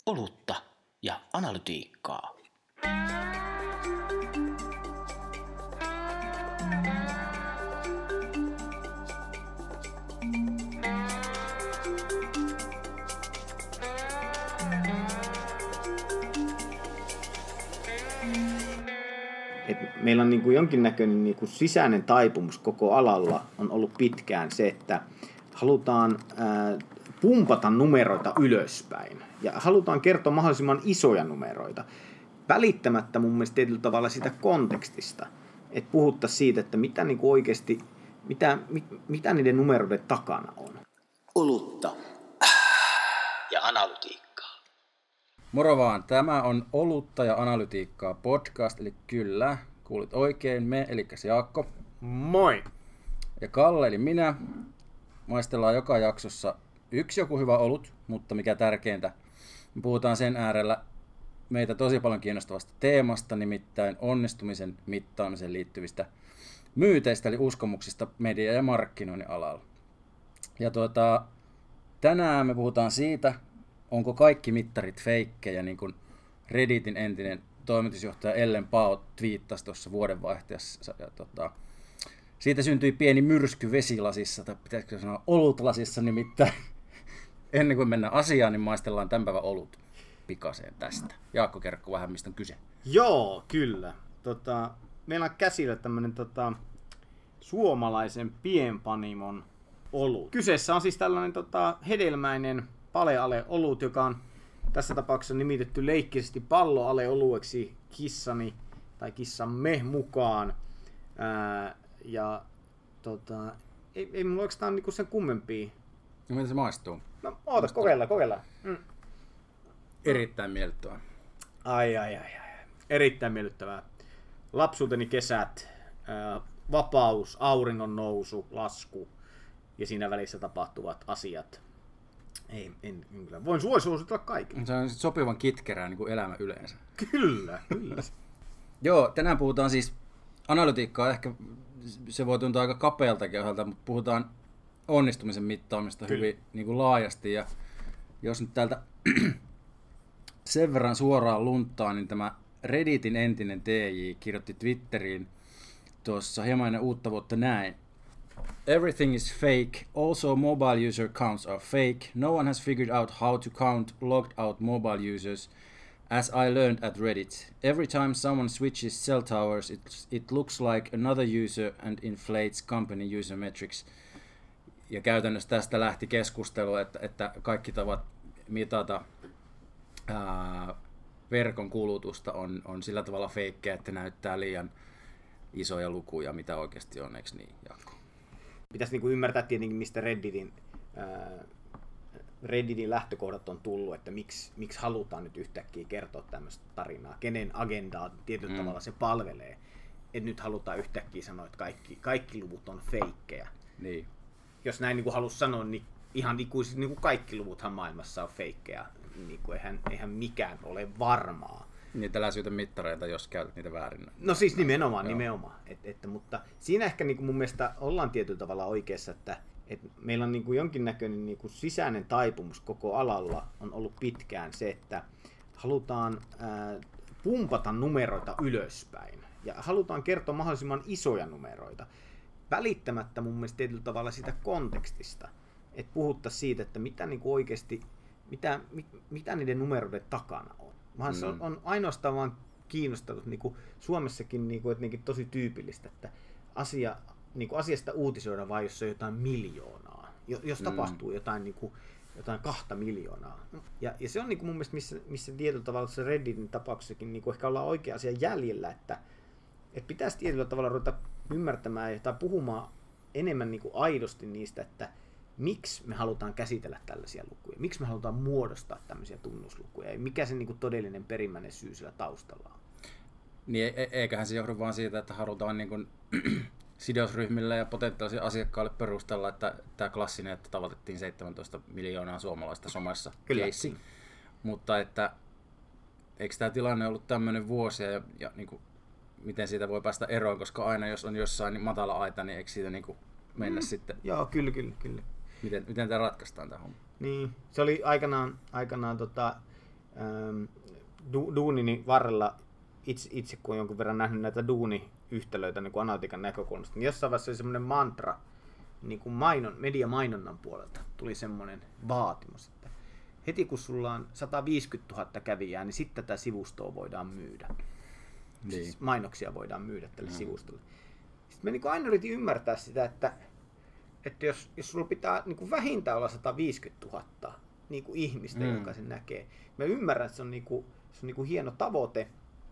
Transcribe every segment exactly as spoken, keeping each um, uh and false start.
olutta ja analytiikkaa. Et meillä on niin kuin jonkinnäköinen niin kuin sisäinen taipumus koko alalla on ollut pitkään se, että halutaan ää, pumpata numeroita ylöspäin ja halutaan kertoa mahdollisimman isoja numeroita, välittämättä mun mielestä tietyllä tavalla sitä kontekstista, että puhuttaisiin siitä, että mitä niin kuin oikeasti, mitä, mit, mitä niiden numeroiden takana on. Olutta ja analytiikkaa. Moro vaan, tämä on Olutta ja analytiikkaa podcast, eli kyllä, kuulit oikein, me, eli Jaakko. Moi! Ja Kalle, eli minä. Maistellaan joka jaksossa yksi joku hyvä olut, mutta mikä tärkeintä, me puhutaan sen äärellä meitä tosi paljon kiinnostavasta teemasta, nimittäin onnistumisen mittaamiseen liittyvistä myyteistä, eli uskomuksista media- ja markkinoinnin alalla. Ja tuota, tänään me puhutaan siitä, onko kaikki mittarit feikkejä, niin kuin Redditin entinen toimitusjohtaja Ellen Pao twiittasi tuossa vuodenvaihteessa. Ja tota, siitä syntyi pieni myrsky vesilasissa, tai pitäisikö sanoa olutlasissa nimittäin. Ennen kuin mennään asiaan, niin maistellaan tämän päivän olut pikaseen tästä. Jaakko, kerro vähän, mistä on kyse. Joo, kyllä. Tota, meillä on käsillä tämmöinen tota, suomalaisen pienpanimon olut. Kyseessä on siis tällainen tota, hedelmäinen paleale-olut, joka on tässä tapauksessa nimitetty leikkisesti palloale-olueksi kissani tai kissamme mukaan. Ää, ja tota, ei, ei mulla oikeastaan niinku sen kummempia. No miten se maistuu? No oota, kokeillaan, kokeillaan. Mm. Erittäin miellyttävää. Ai, ai, ai, ai. Erittäin miellyttävää. Lapsuuteni kesät, ää, vapaus, auringon nousu, lasku ja siinä välissä tapahtuvat asiat. Ei, en, en kyllä. Voin suositella kaikille. Se on sopivan kitkerää niin kuin elämä yleensä. Kyllä, kyllä. Joo, tänään puhutaan siis analytiikkaa, ehkä se voi tuntua aika kapealtakin ohjelta, mutta puhutaan onnistumisen mittaamista kyllä. hyvin niin kuin laajasti. Ja jos nyt täältä sen verran suoraan lunttaa, niin tämä Redditin entinen T J kirjoitti Twitteriin tuossa hieman ennen uutta vuotta näin. Everything is fake. Also mobile user counts are fake. No one has figured out how to count logged out mobile users, as I learned at Reddit. Every time someone switches cell towers, it, it looks like another user and inflates company user metrics. Ja käytännössä tästä lähti keskustelu, että, että kaikki tavat mitata ää, verkon kulutusta on, on sillä tavalla feikkejä, että näyttää liian isoja lukuja, mitä oikeasti on, eikö niin, Jaakko? Pitäisi niinku ymmärtää tietenkin, mistä Redditin, ää, Redditin lähtökohdat on tullut, että miksi, miksi halutaan nyt yhtäkkiä kertoa tämmöistä tarinaa, kenen agendaa tietyllä mm. tavalla se palvelee. Että nyt halutaan yhtäkkiä sanoa, että kaikki, kaikki luvut on feikkejä. Niin. Jos näin niin halusi sanoa, niin ihan ikuisesti niin kaikki luvuthan maailmassa on feikkejä. Niin eihän, eihän mikään ole varmaa. Niin, älä syytä mittareita, jos käytät niitä väärin. No siis nimenomaan, no, nimenomaan. Et, et, mutta siinä ehkä niin kuin mun mielestä ollaan tietyllä tavalla oikeassa, että et meillä on niin kuin jonkinnäköinen niin kuin sisäinen taipumus koko alalla on ollut pitkään se, että halutaan ää, pumpata numeroita ylöspäin ja halutaan kertoa mahdollisimman isoja numeroita, välittämättä mun mielestä tietyllä tavalla sitä kontekstista, että puhuttaisiin siitä, että mitä niin kuin oikeasti, mitä, mit, mitä niiden numeroiden takana on. Vaan se on, on ainoastaan vaan kiinnostanut niin kuin Suomessakin niin kuin, että tosi tyypillistä, että asia, niin kuin asiasta uutisoidaan vain, jos on jotain miljoonaa, jos mm. tapahtuu jotain, niin kuin, jotain kahta miljoonaa. Ja, ja se on niin kuin mun mielestä, missä, missä tietyllä tavalla se Redditin tapauksessakin niin kuin ehkä ollaan oikea asia jäljellä, että, että pitäisi tietyllä tavalla ruveta ymmärtämään tai puhumaan enemmän niin kuin aidosti niistä, että miksi me halutaan käsitellä tällaisia lukuja, miksi me halutaan muodostaa tämmöisiä tunnuslukuja ja mikä se niin kuin todellinen perimmäinen syy sillä taustalla on. Niin e- eiköhän se johdu vaan siitä, että halutaan niin kuin sidosryhmille ja potentiaalisille asiakkaille perustella, että tämä klassinen, että tavoitettiin seitsemäntoista miljoonaa suomalaista somessa keissi. Mutta että eikö tämä tilanne ollut tämmöinen vuosia ja, ja niin kuin, miten siitä voi päästä eroon, koska aina jos on jossain niin matala aita, niin eikö siitä niin kuin mennä mm. sitten? Joo, kyllä, kyllä, kyllä. Miten, miten tämä ratkaistaan tämä homma? Niin, se oli aikanaan, aikanaan tota, ähm, du, duunini varrella, itse, itse kun on jonkun verran nähnyt näitä duuniyhtälöitä niin kuin analytiikan näkökulmasta, niin jossain vaiheessa oli semmoinen mantra, niin kuin mainon, mediamainonnan puolelta tuli semmoinen vaatimus, että heti kun sulla on sata viisikymmentätuhatta kävijää, niin sitten tätä sivustoa voidaan myydä. Niin. Siis mainoksia voidaan myydä tälle mm. sivustolle. Sitten mä niin kuin aina yritin ymmärtää sitä, että, että jos, jos sulla pitää niin kuin vähintään olla sata viisikymmentätuhatta niin kuin ihmistä, mm. joka sen näkee. Mä ymmärrän, että se on, niin kuin, se on niin kuin hieno tavoite,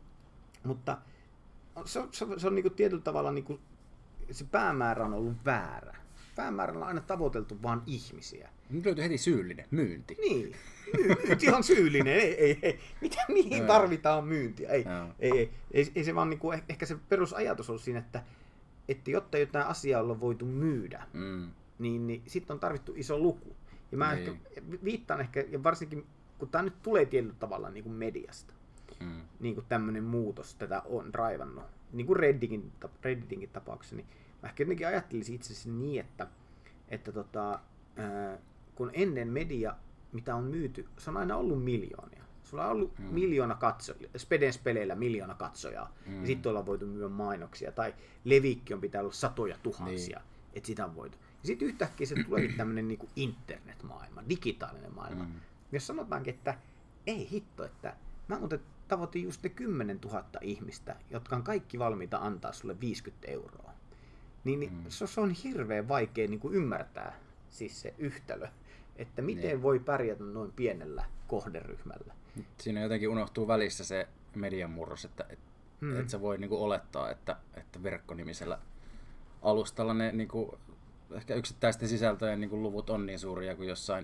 mutta se on, se on, se on niin kuin tietyllä tavalla niin kuin, se päämäärä on ollut väärä. Päämäärällä on aina tavoiteltu vain ihmisiä. Nyt löytyy heti syyllinen, myynti. Niin, myynti on syyllinen. Ei, ei, ei. Mitä mihin tarvitaan myyntiä? Ei, ei, ei, ei, ei se vaan niinku, ehkä se perusajatus on siinä, että, että jotta jotain asiaa on voitu myydä, mm. niin, niin sitten on tarvittu iso luku. Ja mä ehkä viittaan ehkä, ja varsinkin kun tämä nyt tulee tietyllä tavalla niin kuin mediasta, mm. niin kuin tämmöinen muutos tätä on raivannut, niin kuin Redditin, Redditinkin tapauksessa, niin mä ehkä jotenkin ajattelisin itse asiassa niin, että, että tota, ää, kun ennen media, mitä on myyty, se on aina ollut miljoonia. Sulla on ollut mm. miljoona katsojaa, Spedens peleillä miljoona katsojaa, mm. ja sitten ollaan voitu myydä mainoksia, tai Levikki on pitää olla satoja tuhansia, niin. että sitä on voitu. Ja sitten yhtäkkiä se tuleekin tämmöinen niinku internetmaailma, digitaalinen maailma, mm. jos sanotaankin, että ei hitto, että mä muuten tavoitin just ne kymmenen tuhatta ihmistä, jotka on kaikki valmiita antaa sulle viisikymmentä euroa. Niin, niin mm. se on hirveän vaikea niin kuin ymmärtää siis se yhtälö, että miten niin. voi pärjätä noin pienellä kohderyhmällä. Siinä jotenkin unohtuu välissä se median murros, että et, mm. et sä voi niin kuin olettaa, että, että verkkonimisellä alustalla ne niin kuin, ehkä yksittäisten sisältöjen niin kuin luvut on niin suuria kuin jossain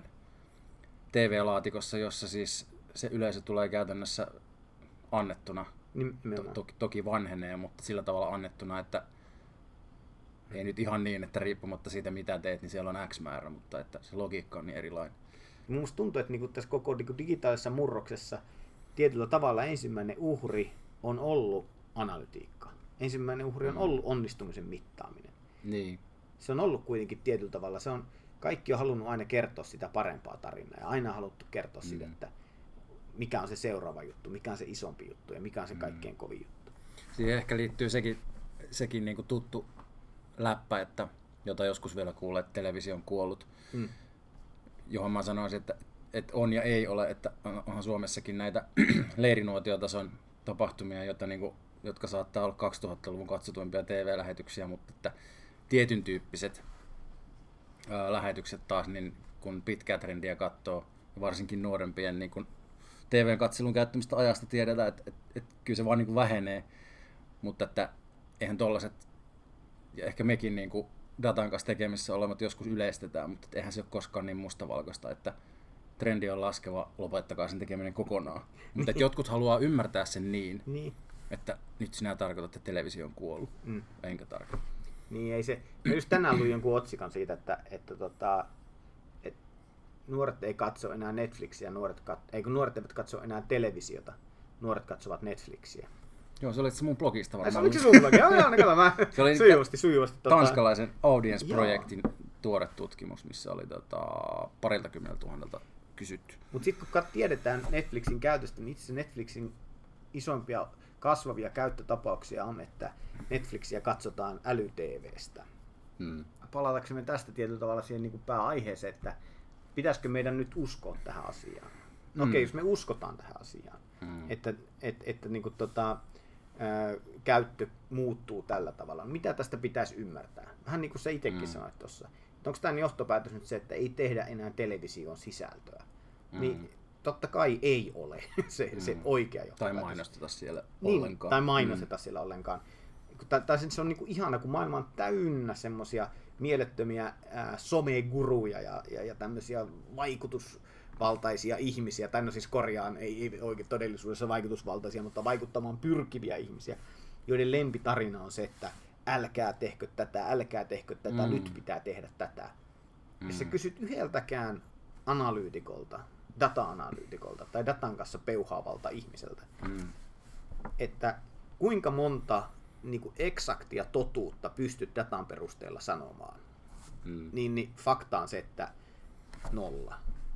T V-laatikossa, jossa siis se yleisö tulee käytännössä annettuna. To, toki, toki vanhenee, mutta sillä tavalla annettuna, että ei nyt ihan niin, että riippumatta siitä mitä teet, niin siellä on X määrä, mutta että se logiikka on niin erilainen. Minusta tuntuu, että niinku tässä koko niinku digitaalisessa murroksessa tietyllä tavalla ensimmäinen uhri on ollut analytiikka. Ensimmäinen uhri on ollut onnistumisen mittaaminen. Niin. Se on ollut kuitenkin tietyllä tavalla, se on, kaikki on halunnut aina kertoa sitä parempaa tarinaa ja aina on haluttu kertoa mm. sitä, että mikä on se seuraava juttu, mikä on se isompi juttu ja mikä on se kaikkein kovin juttu. Siihen ehkä liittyy sekin, sekin niinku tuttu läppä, että, jota joskus vielä kuulee, että televisio on kuollut, mm. johon mä sanoisin, että, että on ja ei ole, että onhan Suomessakin näitä leirinuotiotason tapahtumia, joita, niinku, jotka saattaa olla kaksituhattaluvun katsotuimpia T V-lähetyksiä, mutta että tietyn tyyppiset ää, lähetykset taas, niin kun pitkää trendiä katsoo, varsinkin nuorempien niin kun T V-katselun käyttämistä ajasta tiedetään, että, että, että kyllä se vaan niin kuin vähenee, mutta että eihän tollaiset, ja ehkä mekin niin kuin datan kanssa tekemissä olemat joskus yleistetään, mutta eihän se ole koskaan niin mustavalkoista, että trendi on laskeva, lopettakaa sen tekeminen kokonaan. Mutta että jotkut haluaa ymmärtää sen niin, niin, että nyt sinä tarkoitat, että televisio on kuollut, mm. enkä tarkoita. Niin ei se, mä just tänään luin jonkun otsikon siitä, että, että, tota, että nuoret ei katso enää Netflixiä, nuoret, kat, ei kun nuoret eivät katso enää televisiota, nuoret katsovat Netflixiä. Joo, se oli se mun blogista varmaan. Se oliko se sun blogi? Joo, joo, kato, mä se oli sujuvasti, sujuvasti. Tota... tanskalaisen Audience-projektin tuore tutkimus, missä oli tota, parilta kymmeneltä tuhannelta kysytty. Mutta sitten kun tiedetään Netflixin käytöstä, niin itse Netflixin isompia kasvavia käyttötapauksia on, että Netflixiä katsotaan äly-T V:stä. Hmm. Palataksemme tästä tietyllä tavalla siihen niin kuin pääaiheeseen, että pitäisikö meidän nyt uskoa tähän asiaan? No okei, okay, hmm. jos me uskotaan tähän asiaan, hmm. että, että, että niin kuin, tota, ää, käyttö muuttuu tällä tavalla, mitä tästä pitäisi ymmärtää? Vähän niin kuin sä itsekin hmm. sanoit tuossa. Onko tämä johtopäätös nyt se, että ei tehdä enää television sisältöä? Hmm. Niin, totta kai ei ole se, mm. se oikea johtopäätös. Tai mainosteta siellä niin, ollenkaan. Tai mainosteta mm. siellä ollenkaan. Tai, tai se on niinku ihana, kun maailma on täynnä semmoisia mielettömiä ää, someguruja ja, ja, ja tämmöisiä vaikutusvaltaisia ihmisiä, tai no siis korjaan, ei, ei oikein todellisuudessa vaikutusvaltaisia, mutta vaikuttamaan pyrkiviä ihmisiä, joiden lempitarina on se, että älkää tehkö tätä, älkää tehkö tätä, mm. nyt pitää tehdä tätä. Mm. Jos sä kysyt yhdeltäkään analyytikolta, data-analyytikolta tai datan kanssa peuhaavalta ihmiseltä, mm. että kuinka monta niin kuin eksaktia totuutta pystyt datan perusteella sanomaan, mm. niin, niin fakta on se, että nolla.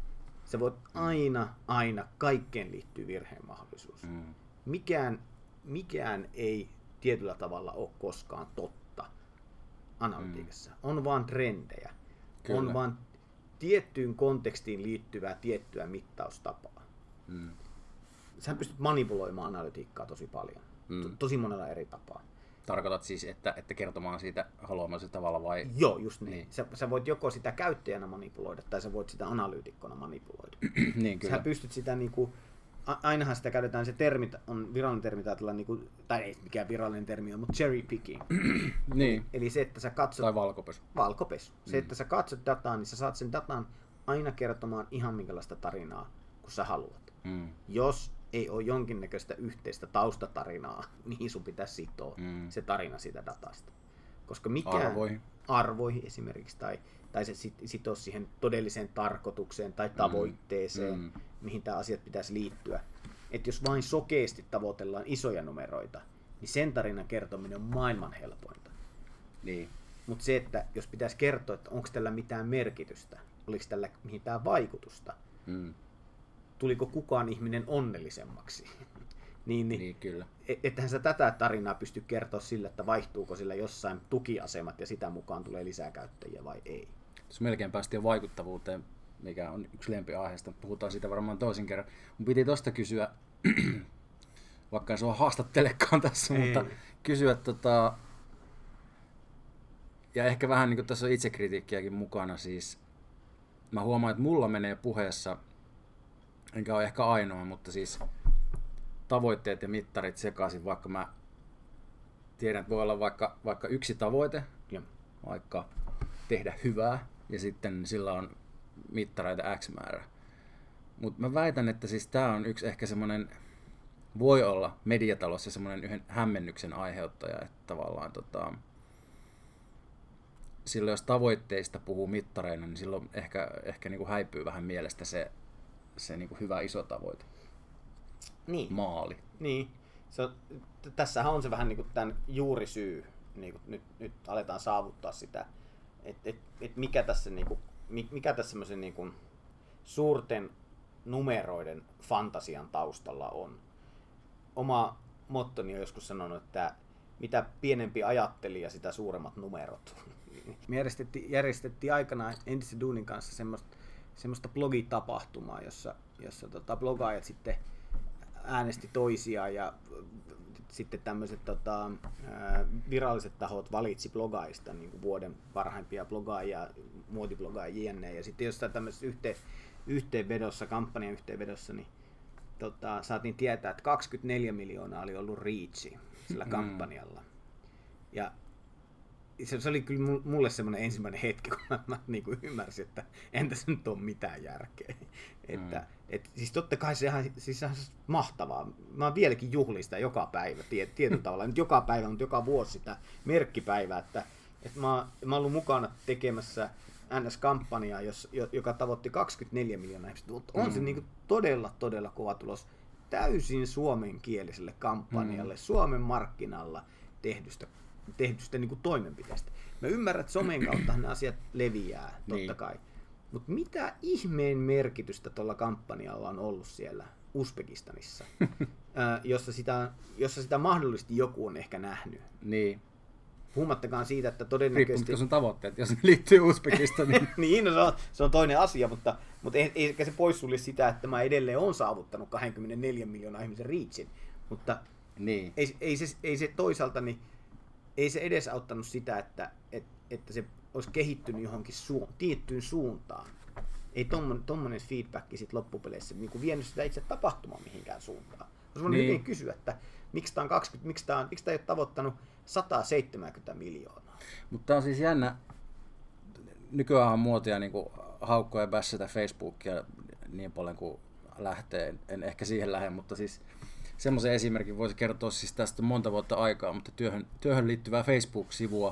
sä voit aina, aina, kaikkeen liittyy virheen mahdollisuus. Mm. Mikään, mikään ei tietyllä tavalla ole koskaan totta analytiikassa. Mm. On vaan trendejä. Kyllä. On vaan tiettyyn kontekstiin liittyvää tiettyä mittaustapaa. Mm. Sä pystyt manipuloimaan analytiikkaa tosi paljon. Mm. Tosi monella eri tapaa. Tarkoitat siis, että, että kertomaan siitä haluamasi tavalla vai? Joo, just niin. niin. Sä, sä voit joko sitä käyttäjänä manipuloida tai sä voit sitä analyytikkona manipuloida. Niin, kyllä. Sä pystyt sitä niinku, ainahan sitä käytetään, se termi on virallinen termi, tai, niinku, tai ei mikään virallinen termi on, mutta cherry picking. Niin. Eli se, että sä katsot... Tai valkopesu. Valkopesu. Se, mm. että sä katsot dataa, niin sä saat sen datan aina kertomaan ihan minkälaista tarinaa, kun sä haluat. Mm. Jos ei ole jonkinnäköistä yhteistä taustatarinaa, mihin sun pitäisi sitoa mm. se tarina siitä datasta. Koska mikään arvoihin, arvoihin esimerkiksi, tai, tai se sit, sitoo siihen todelliseen tarkoitukseen tai tavoitteeseen, mm. mihin tämä asiat pitäisi liittyä. Että jos vain sokeasti tavoitellaan isoja numeroita, niin sen tarinan kertominen on maailman helpointa. Niin. Mutta se, että jos pitäisi kertoa, että onko tällä mitään merkitystä, oliko tällä mitään vaikutusta, mm. tuliko kukaan ihminen onnellisemmaksi, niin, niin, niin kyllä. Ethän sä tätä tarinaa pysty kertoa sillä, että vaihtuuko sillä jossain tukiasemat ja sitä mukaan tulee lisää käyttäjiä vai ei. Tässä melkein päästiin vaikuttavuuteen, mikä on yksi lempiaiheesta. Puhutaan siitä varmaan toisin kerran. Mun piti tosta kysyä, vaikka en sua haastattelekaan tässä, ei. Mutta kysyä tota, ja ehkä vähän niin kuin tässä on itsekritiikkiäkin mukana, siis mä huomaan, että mulla menee puheessa, enkä ole ehkä ainoa, mutta siis tavoitteet ja mittarit sekaisin, vaikka mä tiedän, että voi olla vaikka, vaikka yksi tavoite, ja. vaikka tehdä hyvää, ja sitten sillä on mittareita X määrä. Mutta mä väitän, että siis tää on yksi ehkä semmoinen, voi olla mediatalossa semmoinen yhden hämmennyksen aiheuttaja, että tavallaan tota, silloin jos tavoitteista puhuu mittareina, niin silloin ehkä, ehkä niinku häipyy vähän mielestä se, se niinku hyvä iso tavoite. Niin. Maali. Niin. Se on, t- tässähän on se vähän niin kuin tämän juurisyy, niin kuin nyt, nyt aletaan saavuttaa sitä, että et, et mikä tässä, niin kuin, mikä tässä semmoisen niin kuin suurten numeroiden fantasian taustalla on. Oma mottoni on joskus sanonut, että mitä pienempi ajattelija, sitä suuremmat numerot. Me järjestettiin, järjestettiin aikanaan entisen duunin kanssa semmoista, semmoista blogitapahtumaa, jossa, jossa tota, blogaajat sitten äänesti toisiaan ja sitten tämmöiset tota, viralliset tahot valitsi blogaajista niin kuin vuoden parhaimpia blogaajia, muotiblogaajia jne. Ja sitten jossain tämmöisessä yhteen, yhteenvedossa, kampanjan yhteenvedossa, niin tota, saatiin tietää, että kaksikymmentäneljä miljoonaa oli ollut reachi sillä mm. kampanjalla. Ja se, se oli kyllä mulle semmoinen ensimmäinen hetki, kun mä, mä niin kuin ymmärsin, että entä se nyt ole mitään järkeä. Että, mm. et, siis totta kai se ihan, siis ihan mahtavaa. Mä oon vieläkin juhlin sitä joka päivä, tiet, tietyllä tavalla. Nyt joka päivä, mutta joka vuosi sitä merkkipäivää. Että, että mä, mä oon ollut mukana tekemässä N S-kampanjaa, jos, joka tavoitti kaksikymmentäneljä miljoonaa ihmistä. On mm. se niin kuin todella, todella kova tulos täysin suomenkieliselle kampanjalle, mm. Suomen markkinalla tehdystä tehdystä niin kuin toimenpiteestä. Mä ymmärrän, että somen kautta nämä asiat leviää, totta niin. kai. Mutta mitä ihmeen merkitystä tuolla kampanjalla on ollut siellä Uzbekistanissa, ää, jossa, sitä, jossa sitä mahdollisesti joku on ehkä nähnyt. Niin. Puhumattakaan siitä, että todennäköisesti... Riippuu, sun tavoitteet, jos ne liittyy Uzbekistaniin. niin, no se, on, se on toinen asia, mutta, mutta ei, eikä se poissulje sitä, että mä edelleen olen saavuttanut kaksikymmentäneljä miljoonaa ihmisen reachin. Mutta niin. ei, ei, se, ei se toisaalta... Niin, ei se edes auttanut sitä, että, että, että se olisi kehittynyt johonkin suun, tiettyyn suuntaan. Ei tommonen, tommonen feedback sit loppupeleissä niin kuin vienyt sitä itse tapahtumaan mihinkään suuntaan. Olisi voinut niin. hyvin kysyä, että miksi tämä on kaksikymmentä, miksi tämä, on, miksi tämä ei ole tavoittanut sata seitsemänkymmentä miljoonaa. Mutta tämä on siis jännä. Nykyään on muotia niin kuin haukkoa ja bässätä Facebookia niin paljon kuin lähtee. En ehkä siihen lähde, mutta siis... Semmoisen esimerkin voisi kertoa siis tästä monta vuotta aikaa, mutta työhön, työhön liittyvää Facebook-sivua,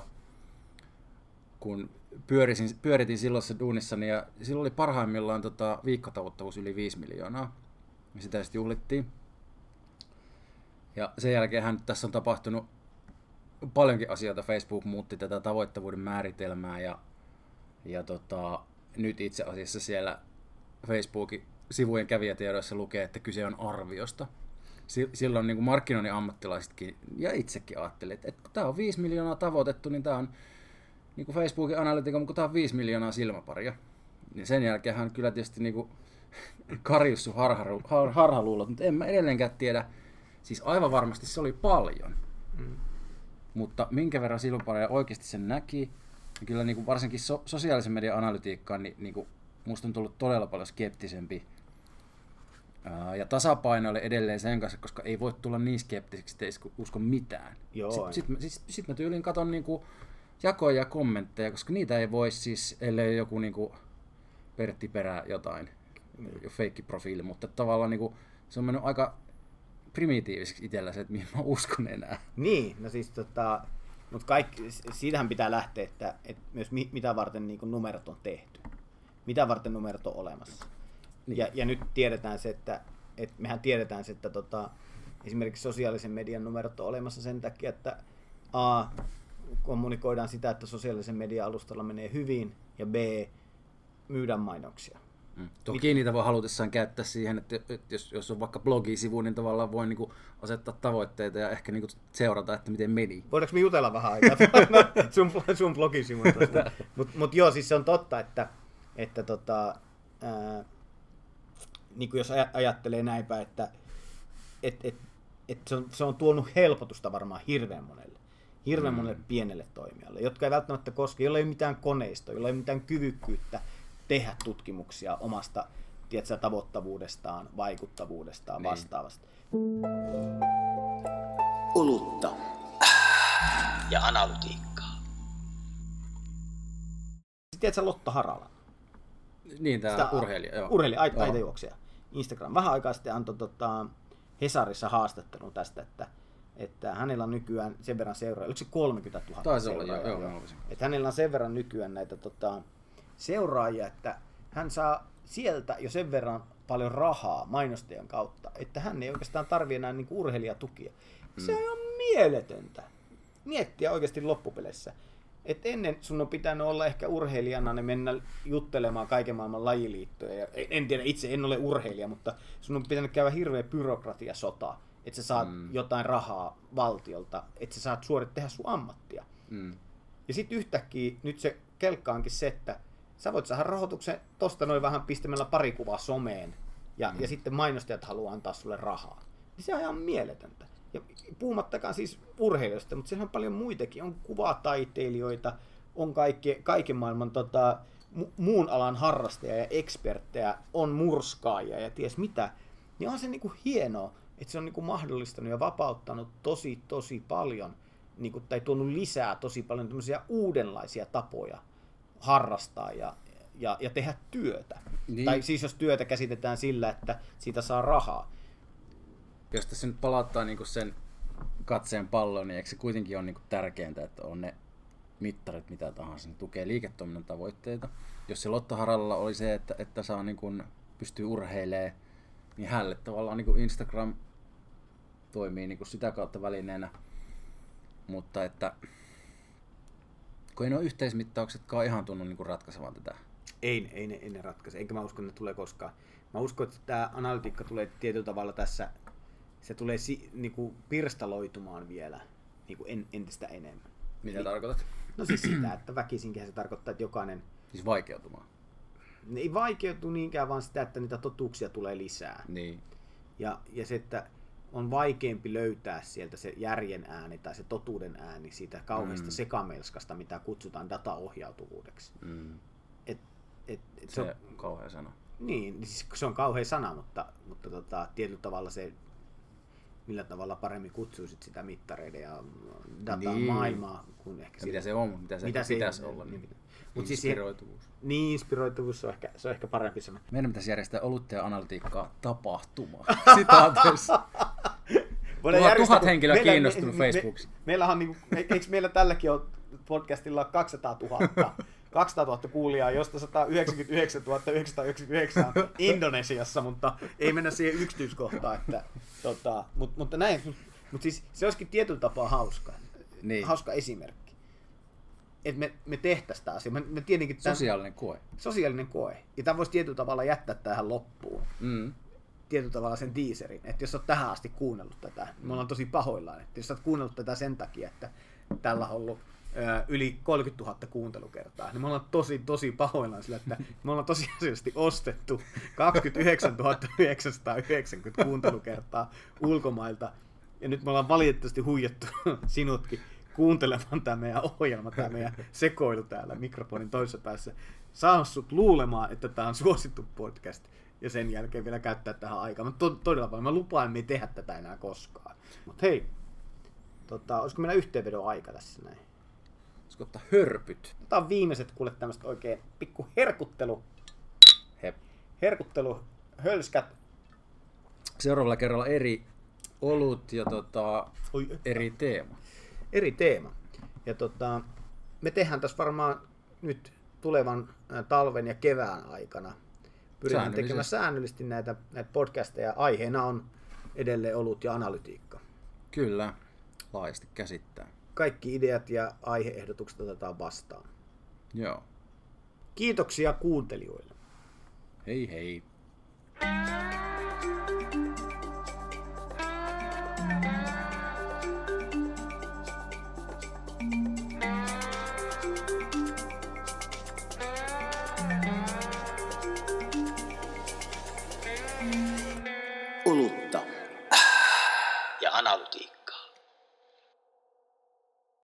kun pyörisin, pyöritin silloisessa duunissani, ja silloin oli parhaimmillaan tota, viikkotavoittavuus yli viisi miljoonaa, ja sitä sitten juhlittiin. Ja sen jälkeen tässä on tapahtunut paljonkin asioita. Facebook muutti tätä tavoittavuuden määritelmää, ja, ja tota, nyt itse asiassa siellä Facebookin sivujen kävijätiedoissa lukee, että kyse on arviosta. Silloin niin kuin markkinoinnin ammattilaisetkin ja itsekin ajattelin, että, että kun tämä on viisi miljoonaa tavoitettu, niin tämä on niin kuin Facebookin analytiikan, kun tämä on viisi miljoonaa silmäparia. Niin sen jälkeen hän kyllä tietysti niin kuin karjussu harhalu, har, harhaluulot, mutta en mä edelleenkään tiedä. Siis aivan varmasti se oli paljon. Mm. Mutta minkä verran silmäparia oikeasti sen näki, niin kyllä niin kuin varsinkin so, sosiaalisen median analytiikkaan, niin, niin kuin musta on tullut todella paljon skeptisempi. Ja tasapainoille edelleen sen kanssa, koska ei voi tulla niin skeptiseksi, että ei usko mitään. Sitten sit, sit, sit mä tyyliin katon niinku jakoja ja kommentteja, koska niitä ei voi siis, ellei joku niinku Pertti Perä jotain, mm. feikkiprofiili, mutta tavallaan niinku, se on mennyt aika primitiiviseksi itsellä se, että mihin mä uskon enää. Niin, no siis tota, mutta kaikki, siitähän pitää lähteä, että, että myös mi, mitä varten niinku numerot on tehty. Mitä varten numerot on olemassa. Niin. Ja, ja nyt tiedetään se, että, että mehän tiedetään se, että tota, esimerkiksi sosiaalisen median numerot on olemassa sen takia, että A, kommunikoidaan sitä, että sosiaalisen median alustalla menee hyvin, ja B, myydään mainoksia. Mm. Toki niitä voi halutessaan käyttää siihen, että jos, jos on vaikka blogisivu, niin tavallaan voi niinku asettaa tavoitteita ja ehkä niinku seurata, että miten meni. Voidaanko me jutella vähän aikaa sun, sun blogisivun tuosta? Mutta mut joo, siis se on totta, että, että tota, ää, niin kuin jos ajattelee näinpä, että et, et, et se, on, se on tuonut helpotusta varmaan hirveän monelle, hirveän mm. monelle pienelle toimijalle, jotka ei välttämättä koske, jolla ei ole mitään koneistoa, jolla ei ole mitään kyvykkyyttä tehdä tutkimuksia omasta tiedätkö, tavoittavuudestaan, vaikuttavuudestaan, niin. vastaavasta. Olutta ja analytiikkaa. Tiedätkö Lotta Harala? Niin, tämä urheilija. Joo. Urheilija, aitajuoksija. Instagram. Vähän aikaa sitten antoi tota, Hesarissa haastattelun tästä, että, että hänellä on nykyään sen verran seuraajia. Oliko se kolmekymmentätuhatta seuraajia? Olla, joo, joo, että hänellä on sen verran nykyään näitä tota, seuraajia, että hän saa sieltä jo sen verran paljon rahaa mainostajan kautta, että hän ei oikeastaan tarvitse enää niinku urheilijatukia. Mm. Se on ihan mieletöntä. Miettiä oikeasti loppupeleissä. Et ennen sun on pitänyt olla ehkä urheilijana ne mennä juttelemaan kaiken maailman lajiliittoja. En tiedä, itse en ole urheilija, mutta sun on pitänyt käydä hirveä byrokratiasota, että sä saat mm. jotain rahaa valtiolta, että sä saat suorit tehdä sun ammattia. Mm. Ja sitten yhtäkkiä nyt se kelkka onkin se, että sä voit saada rahoituksen tosta noin vähän pistämällä pari kuvaa someen, ja, mm. ja sitten mainostajat haluaa antaa sulle rahaa. Niin se on ihan mieletöntä. Ja puhumattakaan siis urheilijoista, mutta siellä on paljon muitakin. On kuvataiteilijoita, on kaikki, kaiken maailman tota, mu- muun alan harrastajia ja eksperttejä, on murskaajia ja ties mitä. Niin on se niinku hienoa, että se on niinku mahdollistanut ja vapauttanut tosi tosi paljon, niinku, tai tuonut lisää tosi paljon tämmöisiä uudenlaisia tapoja harrastaa ja, ja, ja tehdä työtä. Niin. Tai siis jos työtä käsitetään sillä, että siitä saa rahaa. Jos tässä nyt palauttaa niinku sen katseen palloon, niin eikö se kuitenkin ole niinku tärkeintä, että on ne mittarit mitä tahansa, ne tukee liiketoiminnan tavoitteita. Jos se Lotta Haralla oli se, että, että saa niinku, pystyy urheilemaan, niin hänelle tavallaan niinku Instagram toimii niinku sitä kautta välineenä. Mutta että kun ei nuo yhteismittauksetkaan ihan tunnu niinku ratkaisevan tätä. Ei, ei, ne, ei ne ratkaise, enkä mä usko, että ne tulee koskaan. Mä uskon, että tämä analytiikka tulee tietyllä tavalla tässä, se tulee si, niinku pirstaloitumaan vielä niinku en, entistä enemmän. Mitä Eli, tarkoitat? No siis sitä, että väkisinkin se tarkoittaa, että jokainen... Siis vaikeutumaan? Ne ei vaikeutu niinkään, vaan sitä, että niitä totuuksia tulee lisää. Niin. Ja, ja se, että on vaikeampi löytää sieltä se järjen ääni tai se totuuden ääni siitä kauheasta mm. sekamelskasta, mitä kutsutaan dataohjautuvuudeksi. Mm. Et, et, et se, se on kauhea sana. Niin, siis se on kauhea sana, mutta, mutta tota, tietyllä tavalla se, millä tavalla paremmin kutsuisit sitä mittareiden ja datan niin. maailmaa. Kuin ehkä mitä se on, mitä se, mitä se pitäisi olla. Niin. Niin. Inspiroituvuus. Siis, niin, inspiroituvuus on ehkä, se on ehkä parempi sana. Meidän pitäisi järjestää olutta ja analytiikkaa tapahtuma. Sitaateissa. Tuhat, tuhat henkilöä meillä, kiinnostunut me, Facebookissa. Me, me, meillähän on, niinku, eikö meillä tälläkin ole podcastilla kaksisataatuhatta? kaksisataatuhatta kuulijaa, josta sata yhdeksänkymmentäyhdeksäntuhatta yhdeksänsataayhdeksänkymmentäyhdeksän Indonesiassa, mutta ei mennä siihen yksityiskohtaan. Että, tota, mutta, mutta näin, mutta siis se olisikin tietyllä tapaa hauska, niin. hauska esimerkki. että me, me tehtäisiin tämä asia. Me, me tietenkin tämän, Sosiaalinen koe. Sosiaalinen koe. Ja tämä voisi tietyllä tavalla jättää tähän loppuun. Mm. Tietyllä tavalla sen teaserin. Että jos olet tähän asti kuunnellut tätä, niin me ollaan tosi pahoillaan. Että jos olet kuunnellut tätä sen takia, että tällä on ollut ö, yli kolmekymmentätuhatta kuuntelukertaa, niin me ollaan tosi, tosi pahoillaan sillä, että me ollaan tosiasiallisesti ostettu kaksikymmentäyhdeksäntuhatta yhdeksänsataayhdeksänkymmentä kuuntelukertaa ulkomailta. Ja nyt me ollaan valitettavasti huijattu sinutkin kuuntelemaan tämä meidän ohjelma, tämä meidän sekoilu täällä mikrofonin toisessa päässä. Saa sut luulemaan, että tämä on suosittu podcast ja sen jälkeen vielä käyttää tähän aikaa. Mutta to- todella paljon. Mä lupaan, että me ei tehdä tätä enää koskaan. Mutta hei, tota, olisiko meillä yhteenvedon aika tässä näin? Olisiko ottaa hörpyt? Otetaan viimeiset kuule tämmöistä oikein pikku herkuttelu. Hep. Herkuttelu, hölskät. Seuraavalla kerralla eri olut ja tota, Oi, eri teema. eri teema. Ja tota, me tehdään tässä varmaan nyt tulevan talven ja kevään aikana. Pyritään tekemään säännöllisesti näitä, näitä podcasteja. Aiheena on edelleen olut ja analytiikka. Kyllä, laajasti käsittää. Kaikki ideat ja aiheehdotukset otetaan vastaan. Joo. Kiitoksia kuuntelijoille. Hei hei.